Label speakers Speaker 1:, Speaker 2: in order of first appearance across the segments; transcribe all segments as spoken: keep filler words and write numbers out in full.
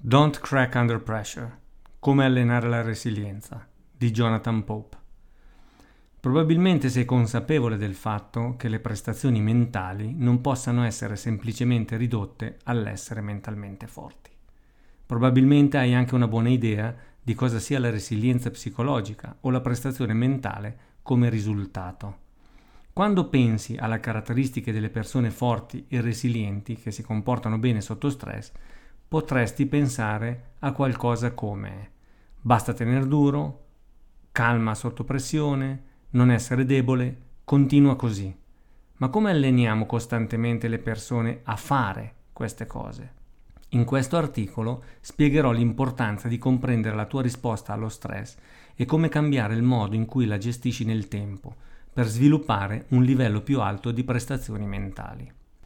Speaker 1: Don't Crack Under Pressure. Come allenare la resilienza di Jonathan Pope. Probabilmente sei consapevole del fatto che le prestazioni mentali non possano essere semplicemente ridotte all'essere mentalmente forti. Probabilmente hai anche una buona idea di cosa sia la resilienza psicologica o la prestazione mentale come risultato. Quando pensi alle caratteristiche delle persone forti e resilienti che si comportano bene sotto stress, potresti pensare a qualcosa come basta tener duro, calma sotto pressione, non essere debole, continua così. Ma come alleniamo costantemente le persone a fare queste cose? In questo articolo spiegherò l'importanza di comprendere la tua risposta allo stress e come cambiare il modo in cui la gestisci nel tempo per sviluppare un livello più alto di prestazioni mentali.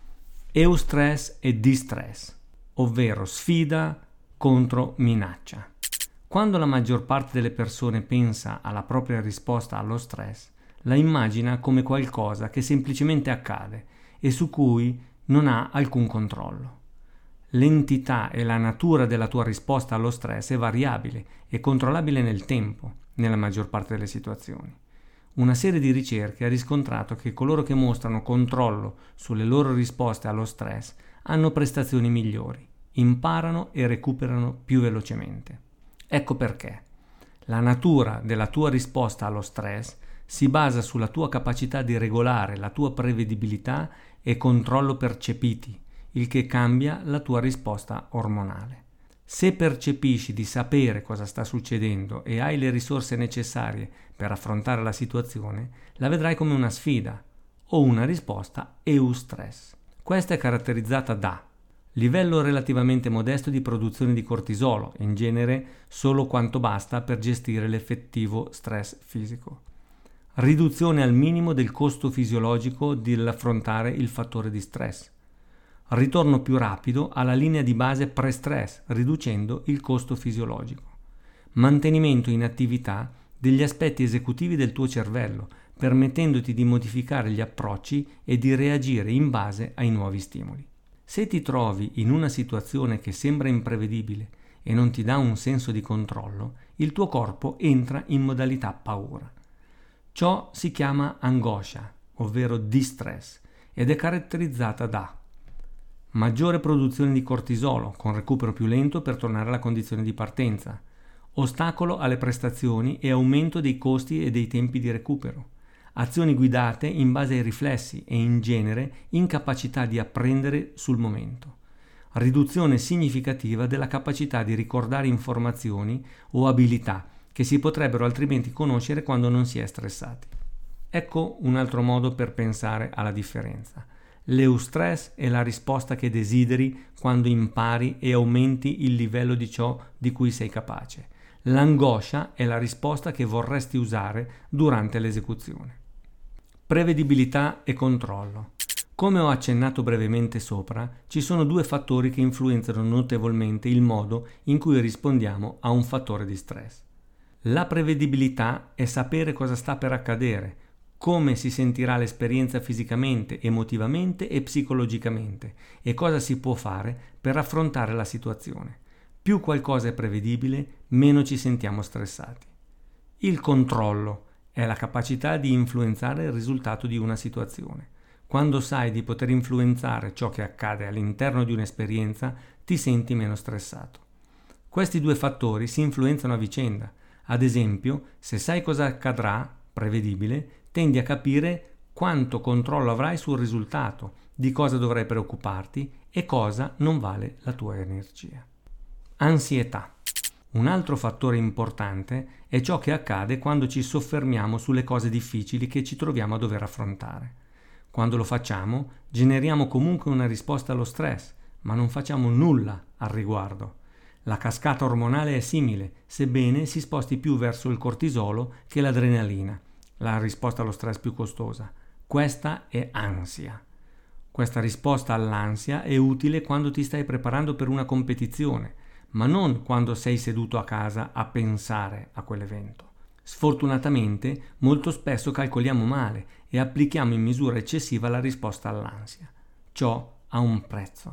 Speaker 1: Eustress e distress, ovvero sfida contro minaccia. Quando la maggior parte delle persone pensa alla propria risposta allo stress, la immagina come qualcosa che semplicemente accade e su cui non ha alcun controllo. L'entità e la natura della tua risposta allo stress è variabile e controllabile nel tempo, nella maggior parte delle situazioni. Una serie di ricerche ha riscontrato che coloro che mostrano controllo sulle loro risposte allo stress hanno prestazioni migliori, imparano e recuperano più velocemente. Ecco perché. La natura della tua risposta allo stress si basa sulla tua capacità di regolare la tua prevedibilità e controllo percepiti, il che cambia la tua risposta ormonale. Se percepisci di sapere cosa sta succedendo e hai le risorse necessarie per affrontare la situazione, la vedrai come una sfida o una risposta eustress. Questa è caratterizzata da livello relativamente modesto di produzione di cortisolo, in genere solo quanto basta per gestire l'effettivo stress fisico. Riduzione al minimo del costo fisiologico dell'affrontare il fattore di stress. Ritorno più rapido alla linea di base pre-stress, riducendo il costo fisiologico. Mantenimento in attività degli aspetti esecutivi del tuo cervello, permettendoti di modificare gli approcci e di reagire in base ai nuovi stimoli. Se ti trovi in una situazione che sembra imprevedibile e non ti dà un senso di controllo, il tuo corpo entra in modalità paura. Ciò si chiama angoscia, ovvero distress, ed è caratterizzata da maggiore produzione di cortisolo, con recupero più lento per tornare alla condizione di partenza, ostacolo alle prestazioni e aumento dei costi e dei tempi di recupero, azioni guidate in base ai riflessi e in genere incapacità di apprendere sul momento, riduzione significativa della capacità di ricordare informazioni o abilità che si potrebbero altrimenti conoscere quando non si è stressati. Ecco un altro modo per pensare alla differenza. L'eustress è la risposta che desideri quando impari e aumenti il livello di ciò di cui sei capace. L'angoscia è la risposta che vorresti usare durante l'esecuzione. Prevedibilità e controllo. Come ho accennato brevemente sopra, ci sono due fattori che influenzano notevolmente il modo in cui rispondiamo a un fattore di stress. La prevedibilità è sapere cosa sta per accadere, come si sentirà l'esperienza fisicamente, emotivamente e psicologicamente e cosa si può fare per affrontare la situazione. Più qualcosa è prevedibile, meno ci sentiamo stressati. Il controllo è la capacità di influenzare il risultato di una situazione. Quando sai di poter influenzare ciò che accade all'interno di un'esperienza, ti senti meno stressato. Questi due fattori si influenzano a vicenda. Ad esempio, se sai cosa accadrà, prevedibile, tendi a capire quanto controllo avrai sul risultato, di cosa dovrai preoccuparti e cosa non vale la tua energia. Ansietà. Un altro fattore importante è ciò che accade quando ci soffermiamo sulle cose difficili che ci troviamo a dover affrontare. Quando lo facciamo, generiamo comunque una risposta allo stress, ma non facciamo nulla al riguardo. La cascata ormonale è simile, sebbene si sposti più verso il cortisolo che l'adrenalina, la risposta allo stress più costosa. Questa è ansia. Questa risposta all'ansia è utile quando ti stai preparando per una competizione, ma non quando sei seduto a casa a pensare a quell'evento. Sfortunatamente, molto spesso calcoliamo male e applichiamo in misura eccessiva la risposta all'ansia. Ciò ha un prezzo.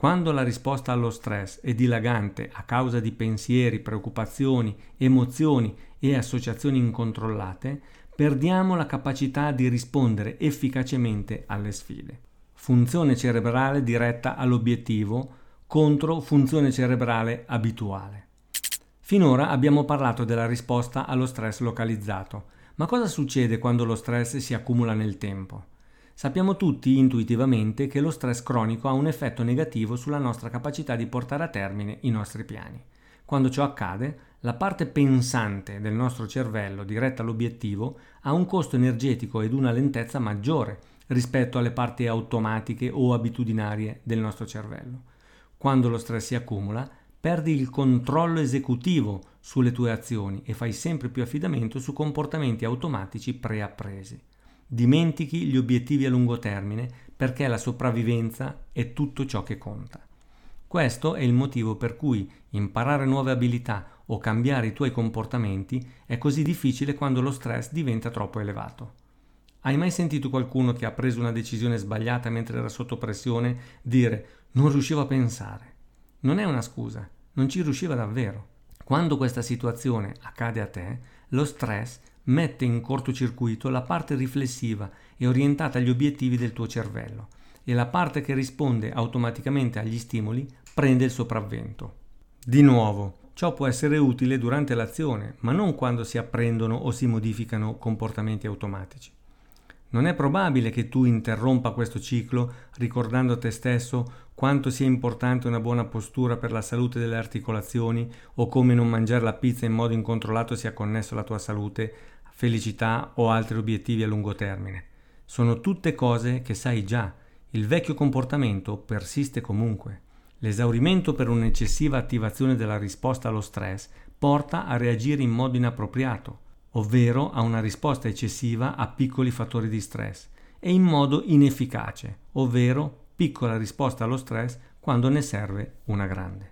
Speaker 1: Quando la risposta allo stress è dilagante a causa di pensieri, preoccupazioni, emozioni e associazioni incontrollate, perdiamo la capacità di rispondere efficacemente alle sfide. Funzione cerebrale diretta all'obiettivo contro funzione cerebrale abituale. Finora abbiamo parlato della risposta allo stress localizzato, ma cosa succede quando lo stress si accumula nel tempo? Sappiamo tutti intuitivamente che lo stress cronico ha un effetto negativo sulla nostra capacità di portare a termine i nostri piani. Quando ciò accade, la parte pensante del nostro cervello diretta all'obiettivo ha un costo energetico ed una lentezza maggiore rispetto alle parti automatiche o abitudinarie del nostro cervello. Quando lo stress si accumula, perdi il controllo esecutivo sulle tue azioni e fai sempre più affidamento su comportamenti automatici preappresi. Dimentichi gli obiettivi a lungo termine perché la sopravvivenza è tutto ciò che conta. Questo è il motivo per cui imparare nuove abilità o cambiare i tuoi comportamenti è così difficile quando lo stress diventa troppo elevato. Hai mai sentito qualcuno che ha preso una decisione sbagliata mentre era sotto pressione dire «non riuscivo a pensare»? Non è una scusa, non ci riusciva davvero. Quando questa situazione accade a te, lo stress mette in cortocircuito la parte riflessiva e orientata agli obiettivi del tuo cervello e la parte che risponde automaticamente agli stimoli prende il sopravvento. Di nuovo, ciò può essere utile durante l'azione, ma non quando si apprendono o si modificano comportamenti automatici. Non è probabile che tu interrompa questo ciclo ricordando a te stesso quanto sia importante una buona postura per la salute delle articolazioni o come non mangiare la pizza in modo incontrollato sia connesso alla tua salute, felicità o altri obiettivi a lungo termine. Sono tutte cose che sai già. Il vecchio comportamento persiste comunque. L'esaurimento per un'eccessiva attivazione della risposta allo stress porta a reagire in modo inappropriato, ovvero a una risposta eccessiva a piccoli fattori di stress, e in modo inefficace, ovvero piccola risposta allo stress quando ne serve una grande.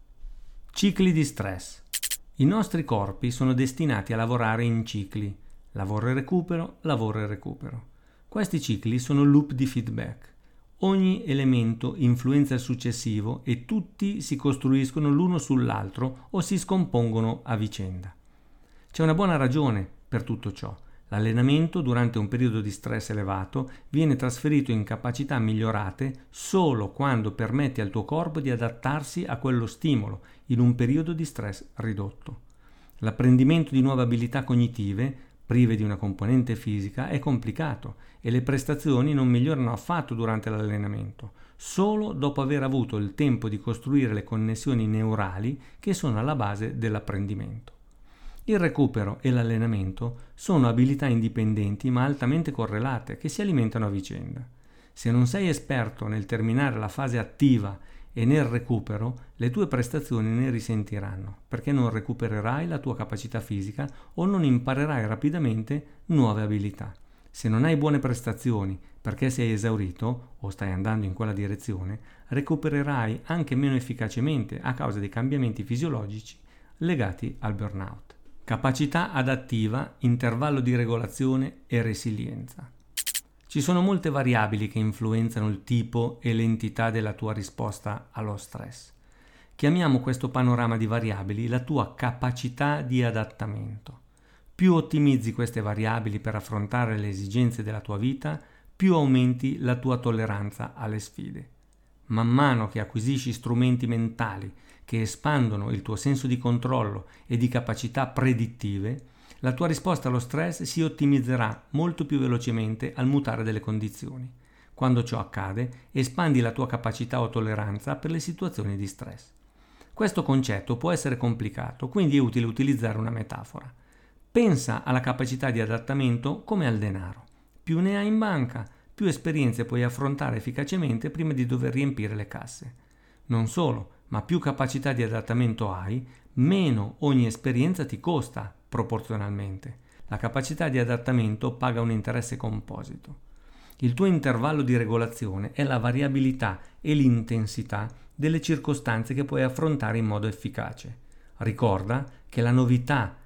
Speaker 1: Cicli di stress. I nostri corpi sono destinati a lavorare in cicli, lavoro e recupero, lavoro e recupero. Questi cicli sono loop di feedback. Ogni elemento influenza il successivo e tutti si costruiscono l'uno sull'altro o si scompongono a vicenda. C'è una buona ragione per tutto ciò. L'allenamento durante un periodo di stress elevato viene trasferito in capacità migliorate solo quando permetti al tuo corpo di adattarsi a quello stimolo in un periodo di stress ridotto. L'apprendimento di nuove abilità cognitive, prive di una componente fisica, è complicato e le prestazioni non migliorano affatto durante l'allenamento, solo dopo aver avuto il tempo di costruire le connessioni neurali che sono alla base dell'apprendimento. Il recupero e l'allenamento sono abilità indipendenti ma altamente correlate che si alimentano a vicenda. Se non sei esperto nel terminare la fase attiva e nel recupero, le tue prestazioni ne risentiranno perché non recupererai la tua capacità fisica o non imparerai rapidamente nuove abilità. Se non hai buone prestazioni perché sei esaurito o stai andando in quella direzione, recupererai anche meno efficacemente a causa dei cambiamenti fisiologici legati al burnout. Capacità adattiva, intervallo di regolazione e resilienza. Ci sono molte variabili che influenzano il tipo e l'entità della tua risposta allo stress. Chiamiamo questo panorama di variabili la tua capacità di adattamento. Più ottimizzi queste variabili per affrontare le esigenze della tua vita, più aumenti la tua tolleranza alle sfide. Man mano che acquisisci strumenti mentali che espandono il tuo senso di controllo e di capacità predittive, la tua risposta allo stress si ottimizzerà molto più velocemente al mutare delle condizioni. Quando ciò accade, espandi la tua capacità o tolleranza per le situazioni di stress. Questo concetto può essere complicato, quindi è utile utilizzare una metafora. Pensa alla capacità di adattamento come al denaro. Più ne hai in banca, più esperienze puoi affrontare efficacemente prima di dover riempire le casse. Non solo, ma più capacità di adattamento hai, meno ogni esperienza ti costa proporzionalmente. La capacità di adattamento paga un interesse composito. Il tuo intervallo di regolazione è la variabilità e l'intensità delle circostanze che puoi affrontare in modo efficace. Ricorda che la novità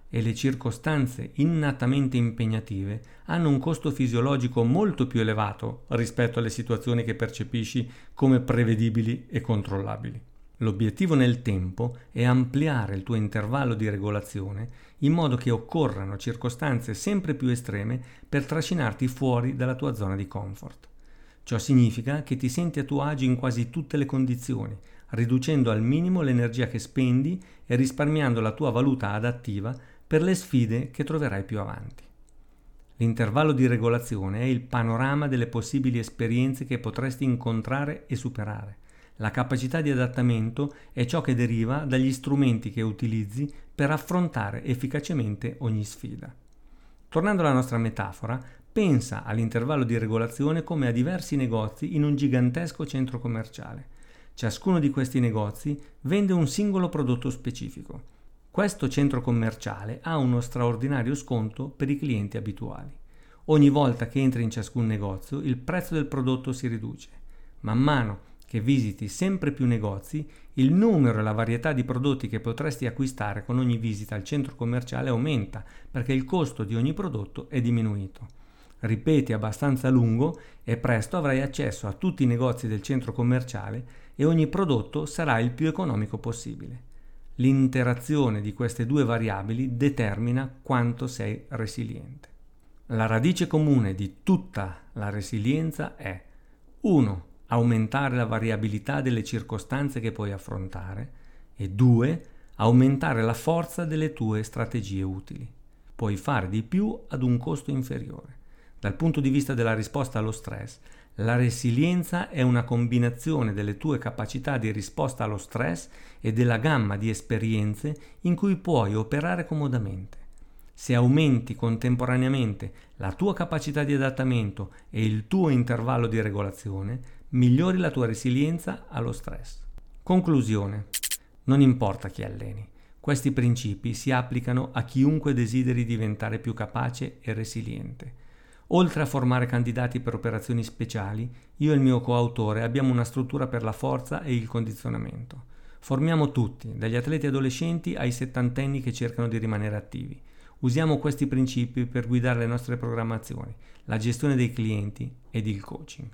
Speaker 1: e le circostanze innatamente impegnative hanno un costo fisiologico molto più elevato rispetto alle situazioni che percepisci come prevedibili e controllabili. L'obiettivo nel tempo è ampliare il tuo intervallo di regolazione in modo che occorrano circostanze sempre più estreme per trascinarti fuori dalla tua zona di comfort. Ciò significa che ti senti a tuo agio in quasi tutte le condizioni, riducendo al minimo l'energia che spendi e risparmiando la tua valuta adattiva per le sfide che troverai più avanti. L'intervallo di regolazione è il panorama delle possibili esperienze che potresti incontrare e superare. La capacità di adattamento è ciò che deriva dagli strumenti che utilizzi per affrontare efficacemente ogni sfida. Tornando alla nostra metafora, pensa all'intervallo di regolazione come a diversi negozi in un gigantesco centro commerciale. Ciascuno di questi negozi vende un singolo prodotto specifico. Questo centro commerciale ha uno straordinario sconto per i clienti abituali. Ogni volta che entri in ciascun negozio, il prezzo del prodotto si riduce. Man mano che visiti sempre più negozi, il numero e la varietà di prodotti che potresti acquistare con ogni visita al centro commerciale aumenta, perché il costo di ogni prodotto è diminuito. Ripeti abbastanza a lungo e presto avrai accesso a tutti i negozi del centro commerciale e ogni prodotto sarà il più economico possibile. L'interazione di queste due variabili determina quanto sei resiliente. La radice comune di tutta la resilienza è uno Aumentare la variabilità delle circostanze che puoi affrontare e due Aumentare la forza delle tue strategie utili. Puoi fare di più ad un costo inferiore. Dal punto di vista della risposta allo stress, la resilienza è una combinazione delle tue capacità di risposta allo stress e della gamma di esperienze in cui puoi operare comodamente. Se aumenti contemporaneamente la tua capacità di adattamento e il tuo intervallo di regolazione, migliori la tua resilienza allo stress. Conclusione. Non importa chi alleni. Questi principi si applicano a chiunque desideri diventare più capace e resiliente. Oltre a formare candidati per operazioni speciali, io e il mio coautore abbiamo una struttura per la forza e il condizionamento. Formiamo tutti, dagli atleti adolescenti ai settantenni che cercano di rimanere attivi. Usiamo questi principi per guidare le nostre programmazioni, la gestione dei clienti ed il coaching.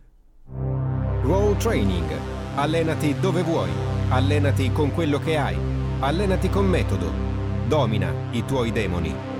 Speaker 2: Roll Training. Allenati dove vuoi. Allenati con quello che hai. Allenati con metodo. Domina i tuoi demoni.